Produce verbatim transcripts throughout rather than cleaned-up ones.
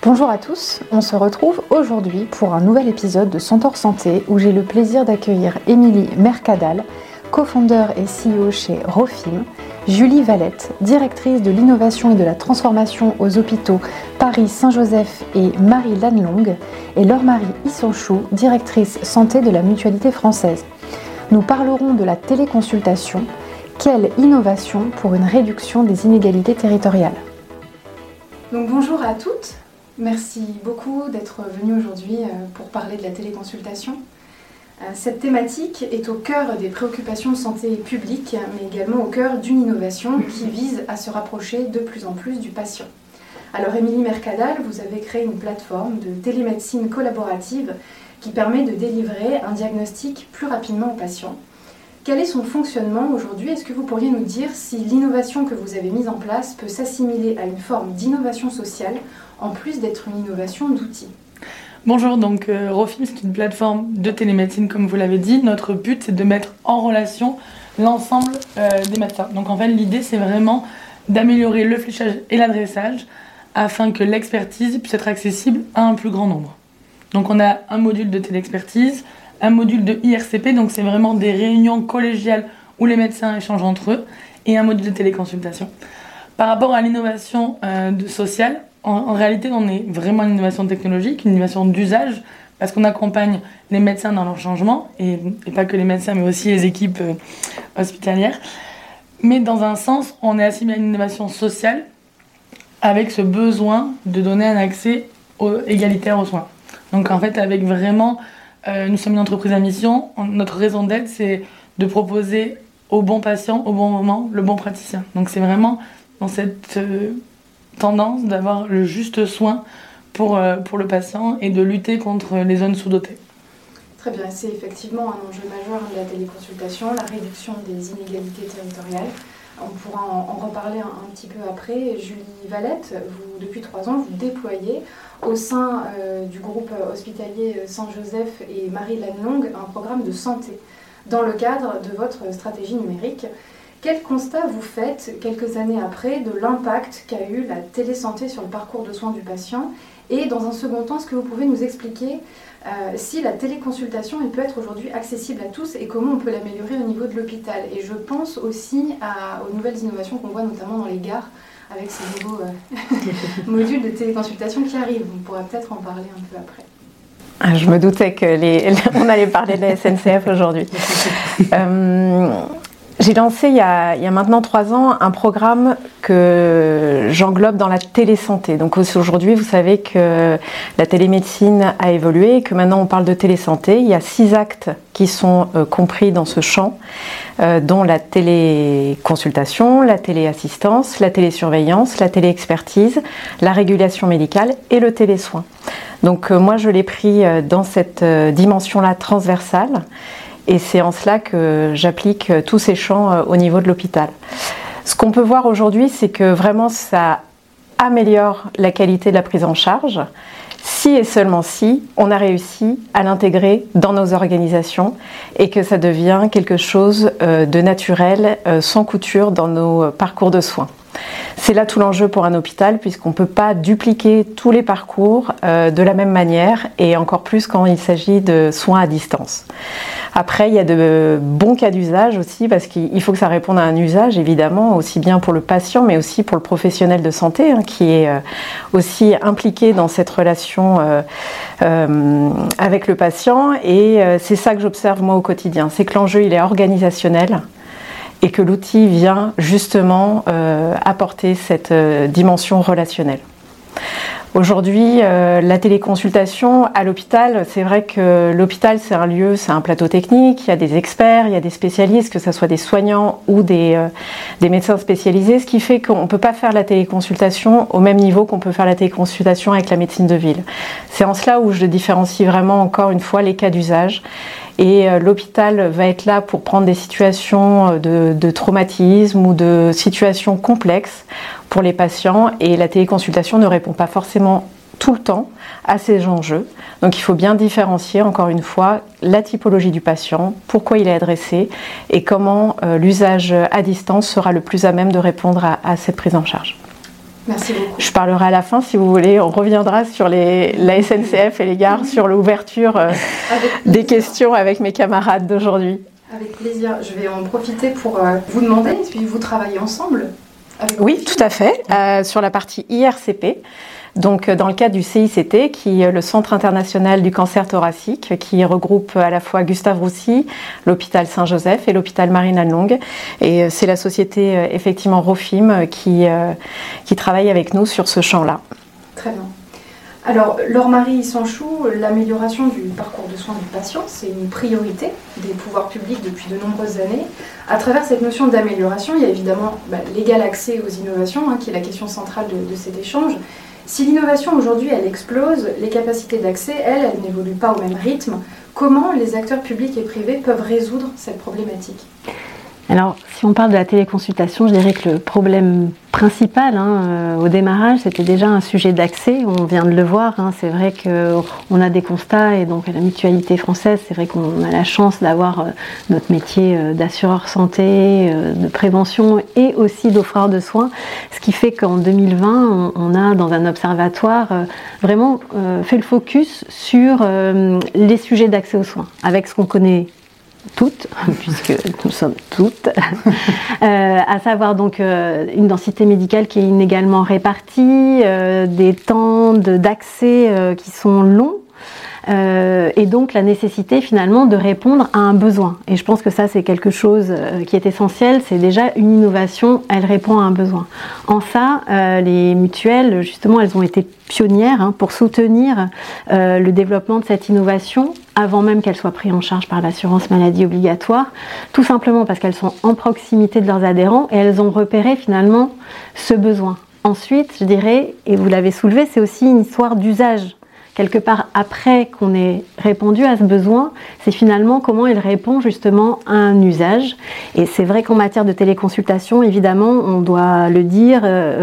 Bonjour à tous, on se retrouve aujourd'hui pour un nouvel épisode de Centaure Santé où j'ai le plaisir d'accueillir Émilie Mercadal, co-founder et C E O chez Rofim, Julie Valette, directrice de l'innovation et de la transformation aux hôpitaux Paris-Saint-Joseph et Marie Lannelongue, et Laure-Marie Issonchou, directrice santé de la Mutualité française. Nous parlerons de la téléconsultation. Quelle innovation pour une réduction des inégalités territoriales. Donc bonjour à toutes. Merci beaucoup d'être venue aujourd'hui pour parler de la téléconsultation. Cette thématique est au cœur des préoccupations de santé publique, mais également au cœur d'une innovation qui vise à se rapprocher de plus en plus du patient. Alors Émilie Mercadal, vous avez créé une plateforme de télémédecine collaborative qui permet de délivrer un diagnostic plus rapidement aux patients. Quel est son fonctionnement aujourd'hui ? Est-ce que vous pourriez nous dire si l'innovation que vous avez mise en place peut s'assimiler à une forme d'innovation sociale, en plus d'être une innovation d'outils ? Bonjour, donc euh, Rofim, c'est une plateforme de télémédecine, comme vous l'avez dit. Notre but, c'est de mettre en relation l'ensemble euh, des médecins. Donc en fait, l'idée, c'est vraiment d'améliorer le fléchage et l'adressage afin que l'expertise puisse être accessible à un plus grand nombre. Donc on a un module de téléexpertise, un module de I R C P, donc c'est vraiment des réunions collégiales où les médecins échangent entre eux, et un module de téléconsultation. Par rapport à l'innovation euh, de sociale, en, en réalité, on est vraiment une innovation technologique, une innovation d'usage, parce qu'on accompagne les médecins dans leur changement, et, et pas que les médecins, mais aussi les équipes euh, hospitalières. Mais dans un sens, on est assimilé à une innovation sociale, avec ce besoin de donner un accès au, égalitaire aux soins. Donc en fait, avec vraiment... Euh, nous sommes une entreprise à mission. Notre raison d'être, c'est de proposer au bon patient, au bon moment, le bon praticien. Donc c'est vraiment dans cette euh, tendance d'avoir le juste soin pour, euh, pour le patient et de lutter contre les zones sous-dotées. Très bien, c'est effectivement un enjeu majeur de la téléconsultation, la réduction des inégalités territoriales. On pourra en, en reparler un, un petit peu après. Julie Valette, vous, depuis trois ans, vous déployez au sein euh, du groupe hospitalier Saint-Joseph et Marie Lannelongue un programme de santé dans le cadre de votre stratégie numérique. Quel constat vous faites quelques années après de l'impact qu'a eu la télésanté sur le parcours de soins du patient ? Et dans un second temps, est-ce que vous pouvez nous expliquer euh, si la téléconsultation elle peut être aujourd'hui accessible à tous et comment on peut l'améliorer au niveau de l'hôpital ? Et je pense aussi à, aux nouvelles innovations qu'on voit notamment dans les gares avec ces nouveaux euh, modules de téléconsultation qui arrivent. On pourra peut-être en parler un peu après. Ah, je me doutais que les, on allait parler de la S N C F aujourd'hui. euh, J'ai lancé il y, a, il y a maintenant trois ans un programme que j'englobe dans la télésanté. Donc aujourd'hui, vous savez que la télémédecine a évolué et que maintenant on parle de télésanté. Il y a six actes qui sont euh, compris dans ce champ, euh, dont la téléconsultation, la téléassistance, la télésurveillance, la téléexpertise, la régulation médicale et le télésoin. Donc euh, moi, je l'ai pris euh, dans cette euh, dimension-là transversale. Et c'est en cela que j'applique tous ces champs au niveau de l'hôpital. Ce qu'on peut voir aujourd'hui, c'est que vraiment ça améliore la qualité de la prise en charge, si et seulement si on a réussi à l'intégrer dans nos organisations et que ça devient quelque chose de naturel, sans couture dans nos parcours de soins. C'est là tout l'enjeu pour un hôpital puisqu'on ne peut pas dupliquer tous les parcours euh, de la même manière et encore plus quand il s'agit de soins à distance. Après, il y a de bons cas d'usage aussi parce qu'il faut que ça réponde à un usage évidemment aussi bien pour le patient mais aussi pour le professionnel de santé hein, qui est euh, aussi impliqué dans cette relation euh, euh, avec le patient et euh, c'est ça que j'observe moi au quotidien, c'est que l'enjeu il est organisationnel. Et que l'outil vient justement euh, apporter cette euh, dimension relationnelle. Aujourd'hui, euh, la téléconsultation à l'hôpital, c'est vrai que l'hôpital c'est un lieu, c'est un plateau technique, il y a des experts, il y a des spécialistes, que ce soit des soignants ou des, euh, des médecins spécialisés, ce qui fait qu'on ne peut pas faire la téléconsultation au même niveau qu'on peut faire la téléconsultation avec la médecine de ville. C'est en cela où je différencie vraiment encore une fois les cas d'usage. Et euh, l'hôpital va être là pour prendre des situations de, de traumatisme ou de situations complexes pour les patients et la téléconsultation ne répond pas forcément tout le temps à ces enjeux. Donc il faut bien différencier encore une fois la typologie du patient, pourquoi il est adressé et comment euh, l'usage à distance sera le plus à même de répondre à, à cette prise en charge. Merci beaucoup. Je parlerai à la fin si vous voulez. On reviendra sur les, la S N C F et les gares, sur l'ouverture euh, des questions avec mes camarades d'aujourd'hui. Avec plaisir. Je vais en profiter pour euh, vous demander, puis vous travaillez ensemble avec Oui, tout à fait. Euh, sur la partie I R C P. Donc, dans le cadre du C I C T, qui est le Centre international du cancer thoracique, qui regroupe à la fois Gustave Roussy, l'hôpital Saint-Joseph et l'hôpital Marine-Lannelongue. Et c'est la société, effectivement, Rofim, qui, euh, qui travaille avec nous sur ce champ-là. Très bien. Alors, Laure-Marie Sanchou, l'amélioration du parcours de soins du patient, c'est une priorité des pouvoirs publics depuis de nombreuses années. À travers cette notion d'amélioration, il y a évidemment bah, l'égal accès aux innovations, hein, qui est la question centrale de, de cet échange. Si l'innovation aujourd'hui, elle explose, les capacités d'accès, elles, elles n'évoluent pas au même rythme. Comment les acteurs publics et privés peuvent résoudre cette problématique ? Alors, si on parle de la téléconsultation, je dirais que le problème principal hein, euh, au démarrage, c'était déjà un sujet d'accès. On vient de le voir. Hein, c'est vrai qu'on a des constats et donc à la mutualité française, c'est vrai qu'on a la chance d'avoir euh, notre métier euh, d'assureur santé, euh, de prévention et aussi d'offreur de soins. Ce qui fait qu'en deux mille vingt, on, on a dans un observatoire euh, vraiment euh, fait le focus sur euh, les sujets d'accès aux soins, avec ce qu'on connaît toutes, puisque nous sommes toutes, euh, à savoir donc euh, une densité médicale qui est inégalement répartie, euh, des temps de, d'accès euh, qui sont longs, euh, et donc la nécessité finalement de répondre à un besoin. Et je pense que ça c'est quelque chose euh, qui est essentiel, c'est déjà une innovation, elle répond à un besoin. En ça, euh, les mutuelles, justement, elles ont été pionnières hein, pour soutenir euh, le développement de cette innovation avant même qu'elles soient prises en charge par l'assurance maladie obligatoire, tout simplement parce qu'elles sont en proximité de leurs adhérents et elles ont repéré finalement ce besoin. Ensuite, je dirais, et vous l'avez soulevé, c'est aussi une histoire d'usage. Quelque part après qu'on ait répondu à ce besoin, c'est finalement comment il répond justement à un usage. Et c'est vrai qu'en matière de téléconsultation, évidemment, on doit le dire,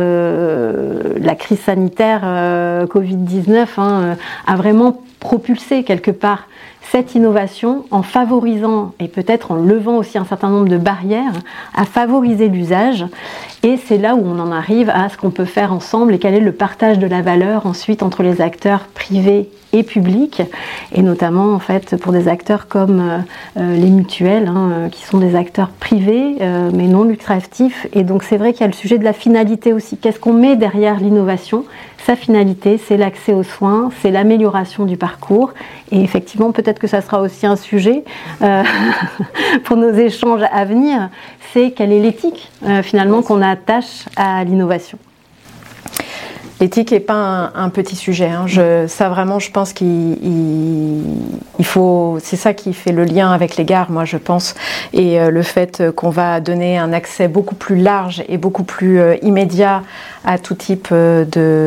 euh, la crise sanitaire euh, covid dix-neuf hein, a vraiment propulsé quelque part cette innovation en favorisant et peut-être en levant aussi un certain nombre de barrières à favoriser l'usage. Et c'est là où on en arrive à ce qu'on peut faire ensemble et quel est le partage de la valeur ensuite entre les acteurs privés et publics, et notamment en fait pour des acteurs comme euh, les mutuelles, hein, qui sont des acteurs privés euh, mais non lucratifs. Et donc c'est vrai qu'il y a le sujet de la finalité aussi. Qu'est-ce qu'on met derrière l'innovation ? Sa finalité, c'est l'accès aux soins, c'est l'amélioration du parcours. Et effectivement, peut-être que ça sera aussi un sujet euh, pour nos échanges à venir, c'est quelle est l'éthique euh, finalement qu'on attache à l'innovation. L'éthique n'est pas un, un petit sujet. Hein. Je, ça vraiment, je pense qu'il il, il faut. C'est ça qui fait le lien avec les gares, moi, je pense, et euh, le fait qu'on va donner un accès beaucoup plus large et beaucoup plus euh, immédiat à tout type euh,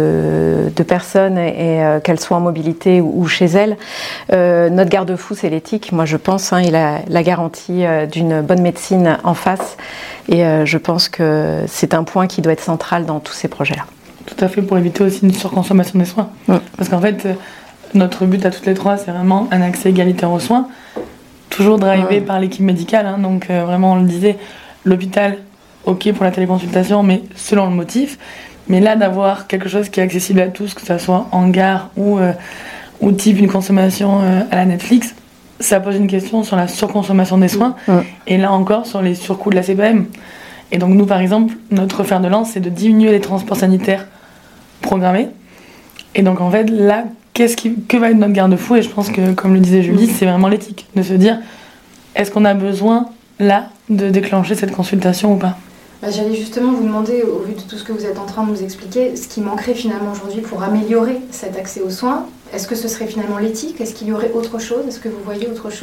de, de personnes et euh, qu'elles soient en mobilité ou, ou chez elles. Euh, notre garde-fou, c'est l'éthique, moi, je pense, hein, et la, la garantie euh, d'une bonne médecine en face. Et euh, je pense que c'est un point qui doit être central dans tous ces projets-là. Tout à fait, pour éviter aussi une surconsommation des soins. Mmh. Parce qu'en fait, notre but à toutes les trois, c'est vraiment un accès égalitaire aux soins, toujours drivé mmh. par l'équipe médicale. Hein, donc euh, vraiment, on le disait, l'hôpital, ok pour la téléconsultation, mais selon le motif. Mais là, d'avoir quelque chose qui est accessible à tous, que ce soit en gare ou, euh, ou type une consommation euh, à la Netflix, ça pose une question sur la surconsommation des soins. Mmh. Et là encore, sur les surcoûts de la C P M. Et donc nous, par exemple, notre fer de lance, c'est de diminuer les transports sanitaires programmés. Et donc en fait, là, qu'est-ce qui, que va être notre garde-fou ? Et je pense que, comme le disait Julie, c'est vraiment l'éthique. De se dire, est-ce qu'on a besoin, là, de déclencher cette consultation ou pas ? Bah, j'allais justement vous demander, au vu de tout ce que vous êtes en train de nous expliquer, ce qui manquerait finalement aujourd'hui pour améliorer cet accès aux soins. Est-ce que ce serait finalement l'éthique ? Est-ce qu'il y aurait autre chose ? Est-ce que vous voyez autre chose ?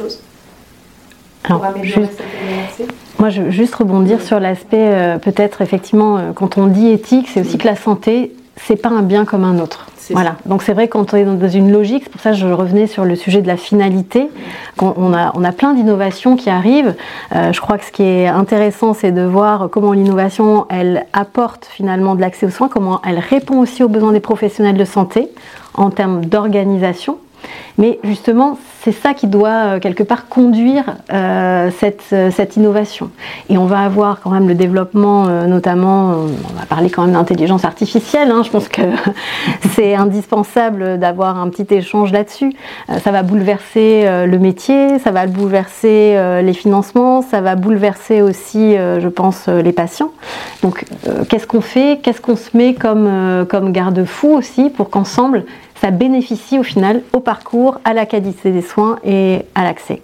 Alors, juste, moi, je veux juste rebondir oui. sur l'aspect, euh, peut-être, effectivement, euh, quand on dit éthique, c'est aussi oui. que la santé, c'est pas un bien comme un autre. C'est voilà. Ça. Donc c'est vrai quand on est dans une logique, c'est pour ça que je revenais sur le sujet de la finalité. Qu'on, on, a, on a plein d'innovations qui arrivent. Euh, je crois que ce qui est intéressant, c'est de voir comment l'innovation, elle apporte finalement de l'accès aux soins, comment elle répond aussi aux besoins des professionnels de santé en termes d'organisation. Mais justement, c'est ça qui doit quelque part conduire euh, cette, cette innovation. Et on va avoir quand même le développement, euh, notamment, on va parler quand même d'intelligence artificielle, hein, je pense que c'est indispensable d'avoir un petit échange là-dessus. Euh, ça va bouleverser euh, le métier, ça va bouleverser euh, les financements, ça va bouleverser aussi, euh, je pense, euh, les patients. Donc, euh, qu'est-ce qu'on fait? Qu'est-ce qu'on se met comme, euh, comme garde-fou aussi pour qu'ensemble, ça bénéficie au final au parcours, à la qualité des soins et à l'accès.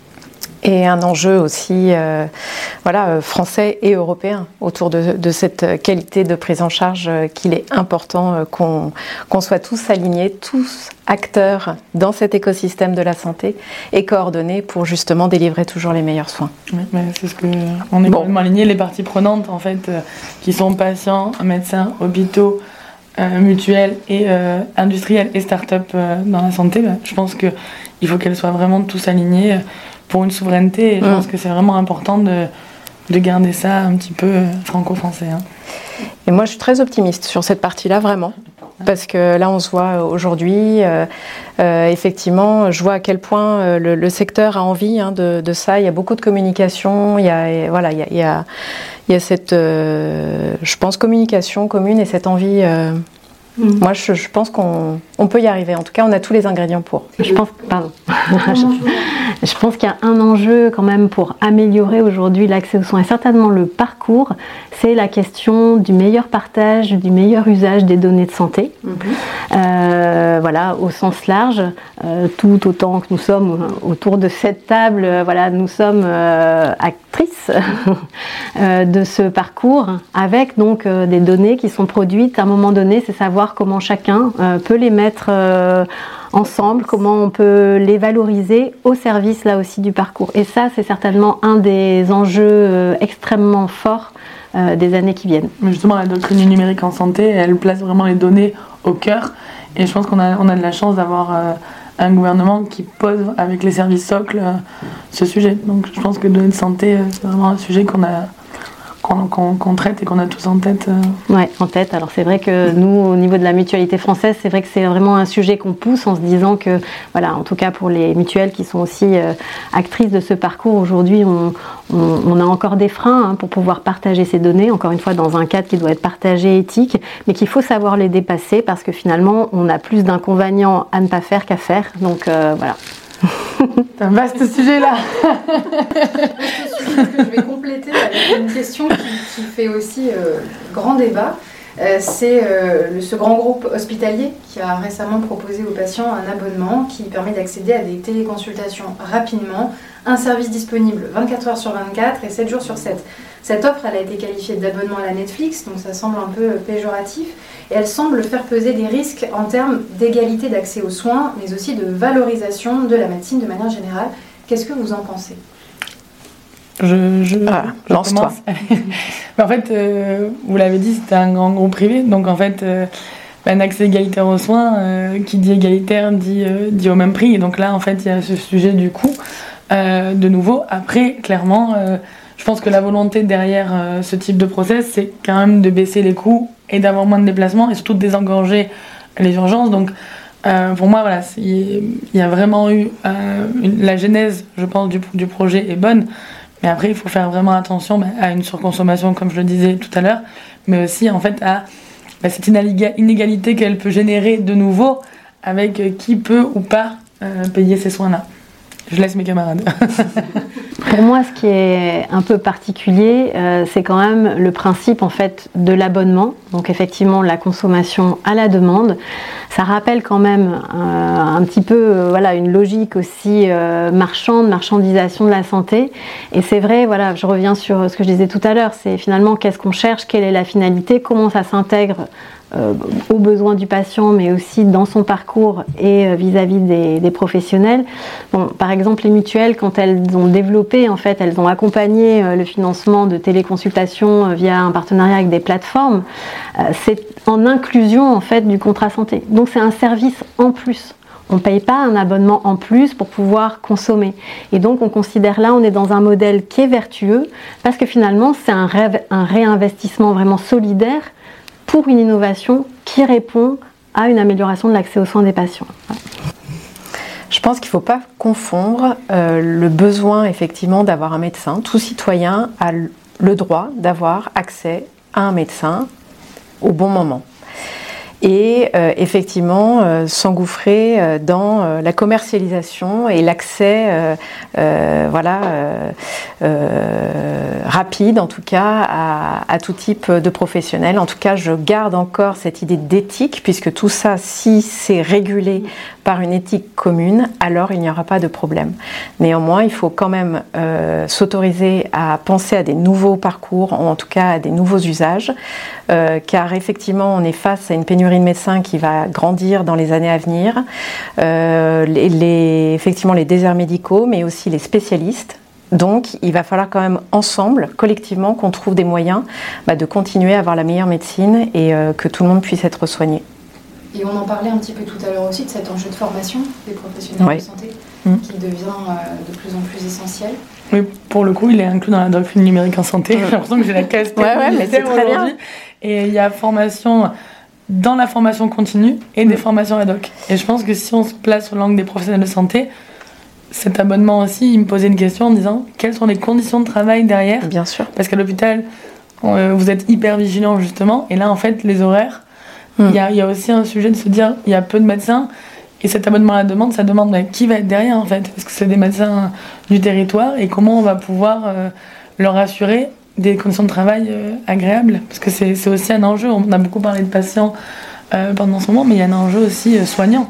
Et un enjeu aussi euh, voilà, euh, français et européen autour de, de cette qualité de prise en charge euh, qu'il est important euh, qu'on, qu'on soit tous alignés, tous acteurs dans cet écosystème de la santé et coordonnés pour justement délivrer toujours les meilleurs soins. Oui, mais c'est ce que on est bon. Complètement alignés, les parties prenantes en fait, euh, qui sont patients, médecins, hôpitaux, Euh, mutuelles et euh, industrielles et start-up euh, dans la santé, bah, je pense qu'il faut qu'elles soient vraiment tous alignées pour une souveraineté et je mmh. pense que c'est vraiment important de, de garder ça un petit peu euh, franco-français. Hein. Et moi je suis très optimiste sur cette partie-là vraiment, parce que là on se voit aujourd'hui, euh, euh, effectivement je vois à quel point euh, le, le secteur a envie hein, de, de ça, il y a beaucoup de communication, il y a, et, voilà, il y a, il y a Il y a cette, euh, je pense, communication commune et cette envie. Euh, mmh. Moi, je, je pense qu'on on peut y arriver. En tout cas, on a tous les ingrédients pour. Je pense, pardon. je, je pense qu'il y a un enjeu quand même pour améliorer aujourd'hui l'accès aux soins et certainement le parcours. C'est la question du meilleur partage, du meilleur usage des données de santé. Mmh. Euh, voilà, au sens large, euh, tout autant que nous sommes autour de cette table. Euh, voilà, nous sommes euh, actrices euh, de ce parcours avec donc euh, des données qui sont produites. À un moment donné, c'est savoir comment chacun euh, peut les mettre euh, ensemble, comment on peut les valoriser au service là aussi du parcours. Et ça, c'est certainement un des enjeux euh, extrêmement forts euh, des années qui viennent. Mais justement, la doctrine du numérique en santé, elle place vraiment les données au cœur. Et je pense qu'on a, on a de la chance d'avoir euh, un gouvernement qui pose avec les services socles euh, ce sujet. Donc je pense que données de santé, euh, c'est vraiment un sujet qu'on a... Qu'on, qu'on, qu'on traite et qu'on a tous en tête. Euh... Oui, en tête. Alors c'est vrai que nous, au niveau de la mutualité française, c'est vrai que c'est vraiment un sujet qu'on pousse en se disant que, voilà, en tout cas pour les mutuelles qui sont aussi euh, actrices de ce parcours, aujourd'hui, on, on, on a encore des freins hein, pour pouvoir partager ces données, encore une fois dans un cadre qui doit être partagé, éthique, mais qu'il faut savoir les dépasser parce que finalement, on a plus d'inconvénients à ne pas faire qu'à faire. Donc euh, voilà. C'est un vaste sujet là. Vaste sujet que je vais compléter avec une question qui, qui fait aussi euh, grand débat. Euh, c'est euh, le, ce grand groupe hospitalier qui a récemment proposé aux patients un abonnement qui permet d'accéder à des téléconsultations rapidement, un service disponible vingt-quatre heures sur vingt-quatre et sept jours sur sept. Cette offre, elle a été qualifiée d'abonnement à la Netflix, donc ça semble un peu péjoratif, et elle semble faire peser des risques en termes d'égalité d'accès aux soins, mais aussi de valorisation de la médecine de manière générale. Qu'est-ce que vous en pensez ? Je, je, ah, je lance-toi. En fait, euh, vous l'avez dit, c'était un grand groupe privé, donc en fait, euh, un accès égalitaire aux soins, euh, qui dit égalitaire dit, euh, dit au même prix, et donc là, en fait, il y a ce sujet du coût, euh, de nouveau. Après, clairement, euh, je pense que la volonté derrière euh, ce type de process, c'est quand même de baisser les coûts et d'avoir moins de déplacements et surtout de désengorger les urgences. Donc, euh, pour moi, voilà, il y a vraiment eu euh, une, la genèse, je pense, du, du projet est bonne. Mais après, il faut faire vraiment attention bah, à une surconsommation, comme je le disais tout à l'heure, mais aussi en fait à bah, cette inégalité qu'elle peut générer de nouveau avec euh, qui peut ou pas euh, payer ces soins-là. Je laisse mes camarades. Pour moi, ce qui est un peu particulier, euh, c'est quand même le principe en fait de l'abonnement. Donc effectivement, la consommation à la demande. Ça rappelle quand même euh, un petit peu, euh, voilà, une logique aussi euh, marchande, marchandisation de la santé. Et c'est vrai, voilà, je reviens sur ce que je disais tout à l'heure. C'est finalement qu'est-ce qu'on cherche, quelle est la finalité, comment ça s'intègre Euh, aux besoins du patient, mais aussi dans son parcours et euh, vis-à-vis des, des professionnels. Bon, par exemple, les mutuelles, quand elles ont développé, en fait, elles ont accompagné euh, le financement de téléconsultations euh, via un partenariat avec des plateformes. Euh, c'est en inclusion, en fait, du contrat santé. Donc, c'est un service en plus. On ne paye pas un abonnement en plus pour pouvoir consommer. Et donc, on considère là, on est dans un modèle qui est vertueux parce que finalement, c'est un, ré- un réinvestissement vraiment solidaire pour une innovation qui répond à une amélioration de l'accès aux soins des patients. Je pense qu'il ne faut pas confondre euh, le besoin effectivement d'avoir un médecin. Tout citoyen a le droit d'avoir accès à un médecin au bon moment. Et euh, effectivement euh, s'engouffrer euh, dans euh, la commercialisation et l'accès euh, euh, voilà, euh, euh, rapide en tout cas à, à tout type de professionnels. En tout cas, je garde encore cette idée d'éthique, puisque tout ça, si c'est régulé par une éthique commune, alors il n'y aura pas de problème. Néanmoins, il faut quand même euh, s'autoriser à penser à des nouveaux parcours, ou en tout cas à des nouveaux usages, euh, car effectivement, on est face à une pénurie de médecins qui va grandir dans les années à venir. Euh, les, les, effectivement, les déserts médicaux, mais aussi les spécialistes. Donc, il va falloir quand même ensemble, collectivement, qu'on trouve des moyens bah, de continuer à avoir la meilleure médecine et euh, que tout le monde puisse être soigné. Et on en parlait un petit peu tout à l'heure aussi de cet enjeu de formation des professionnels oui. de santé mmh. qui devient euh, de plus en plus essentiel. Oui, pour le coup, il est inclus dans la doctrine numérique en santé. Mmh. J'ai l'impression que j'ai la casquette ouais, ouais, mais c'est très bien. Et il y a formation dans la formation continue et des mmh. formations ad hoc. Et je pense que si on se place sur l'angle des professionnels de santé, cet abonnement aussi, il me posait une question en me disant quelles sont les conditions de travail derrière. Bien sûr. Parce qu'à l'hôpital, on, vous êtes hyper vigilant justement. Et là, en fait, les horaires, il mmh. y, y a aussi un sujet de se dire il y a peu de médecins. Et cet abonnement à la demande, ça demande bah, qui va être derrière en fait. Est-ce que c'est des médecins du territoire et comment on va pouvoir euh, leur assurer des conditions de travail euh, agréables. Parce que c'est, c'est aussi un enjeu. On a beaucoup parlé de patients euh, pendant ce moment, mais il y a un enjeu aussi euh, soignant.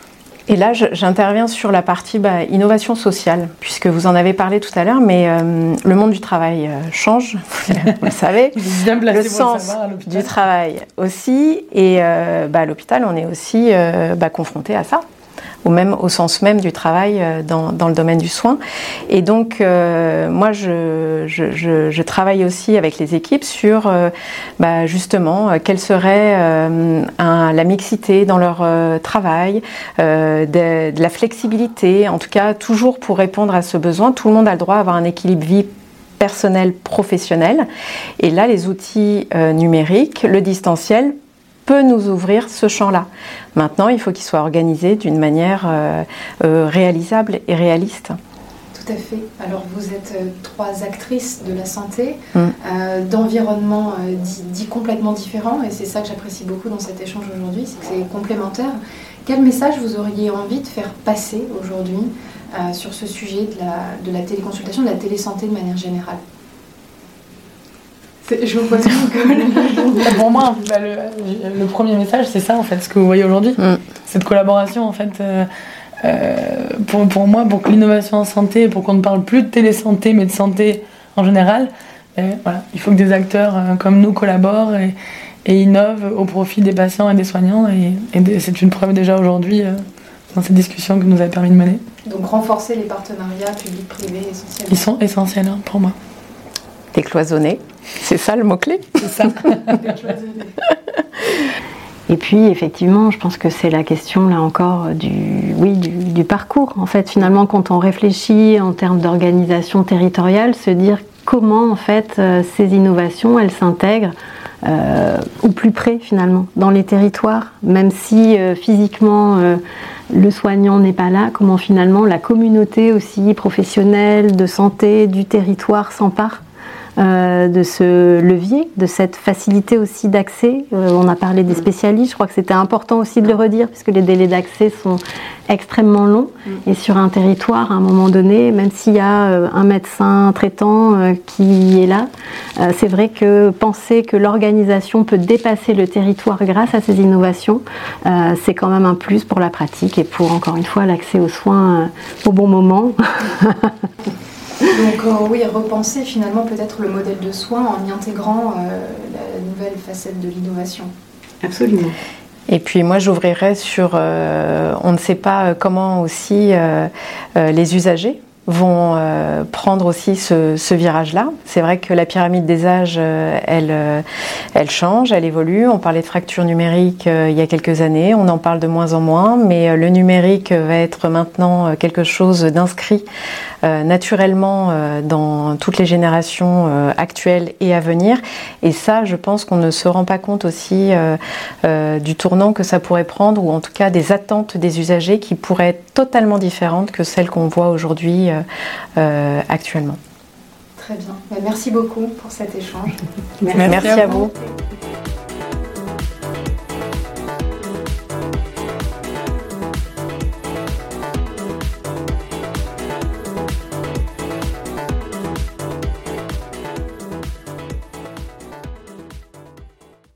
Et là, je, j'interviens sur la partie bah, innovation sociale, puisque vous en avez parlé tout à l'heure, mais euh, le monde du travail euh, change, vous le savez. Le sens le savoir, du travail aussi. Et euh, bah, à l'hôpital, on est aussi euh, bah, confronté à ça, ou même au sens même du travail dans, dans le domaine du soin. Et donc, euh, moi, je, je, je, je travaille aussi avec les équipes sur, euh, bah, justement, euh, quelle serait euh, un, la mixité dans leur euh, travail, euh, de, de la flexibilité, en tout cas, toujours pour répondre à ce besoin. Tout le monde a le droit à avoir un équilibre vie personnel, professionnel. Et là, les outils euh, numériques, le distanciel, peut nous ouvrir ce champ-là. Maintenant, il faut qu'il soit organisé d'une manière euh, euh, réalisable et réaliste. Tout à fait. Alors, vous êtes euh, trois actrices de la santé, mmh. euh, d'environnements euh, dits, dits complètement différents, et c'est ça que j'apprécie beaucoup dans cet échange aujourd'hui, c'est que c'est complémentaire. Quel message vous auriez envie de faire passer aujourd'hui euh, sur ce sujet de la, de la téléconsultation, de la télésanté de manière générale ? Je vous pose une Pour moi, bah, le, le premier message, c'est ça en fait, ce que vous voyez aujourd'hui, mm. cette collaboration en fait. Euh, euh, pour, pour moi, pour que l'innovation en santé, pour qu'on ne parle plus de télésanté, mais de santé en général, euh, voilà, il faut que des acteurs euh, comme nous collaborent et, et innovent au profit des patients et des soignants. Et, et de, c'est une preuve déjà aujourd'hui euh, dans cette discussion que nous avez permis de mener. Donc renforcer les partenariats publics-privés essentiels. Ils sont essentiels hein, pour moi. Décloisonner, c'est ça le mot-clé ? C'est ça, décloisonner. Et puis effectivement, je pense que c'est la question là encore du, oui, du, du parcours. En fait, finalement, quand on réfléchit en termes d'organisation territoriale, se dire comment en fait euh, ces innovations, elles s'intègrent euh, au plus près finalement dans les territoires, même si euh, physiquement euh, le soignant n'est pas là, comment finalement la communauté aussi professionnelle de santé du territoire s'empare Euh, de ce levier, de cette facilité aussi d'accès. Euh, on a parlé des spécialistes, je crois que c'était important aussi de le redire, puisque les délais d'accès sont extrêmement longs. Et sur un territoire, à un moment donné, même s'il y a euh, un médecin traitant euh, qui est là, euh, c'est vrai que penser que l'organisation peut dépasser le territoire grâce à ces innovations, euh, c'est quand même un plus pour la pratique et pour, encore une fois, l'accès aux soins euh, au bon moment. Donc euh, oui, repenser finalement peut-être le modèle de soins en y intégrant euh, la nouvelle facette de l'innovation. Absolument. Et puis moi j'ouvrirais sur, euh, on ne sait pas comment aussi euh, euh, les usagers vont euh, prendre aussi ce, ce virage-là. C'est vrai que la pyramide des âges, euh, elle, euh, elle change, elle évolue. On parlait de fracture numérique euh, il y a quelques années, on en parle de moins en moins, mais euh, le numérique va être maintenant euh, quelque chose d'inscrit euh, naturellement euh, dans toutes les générations euh, actuelles et à venir. Et ça, je pense qu'on ne se rend pas compte aussi euh, euh, du tournant que ça pourrait prendre, ou en tout cas des attentes des usagers qui pourraient être totalement différentes que celles qu'on voit aujourd'hui euh, euh, actuellement. Très bien. Merci beaucoup pour cet échange. Merci, Merci à vous. vous.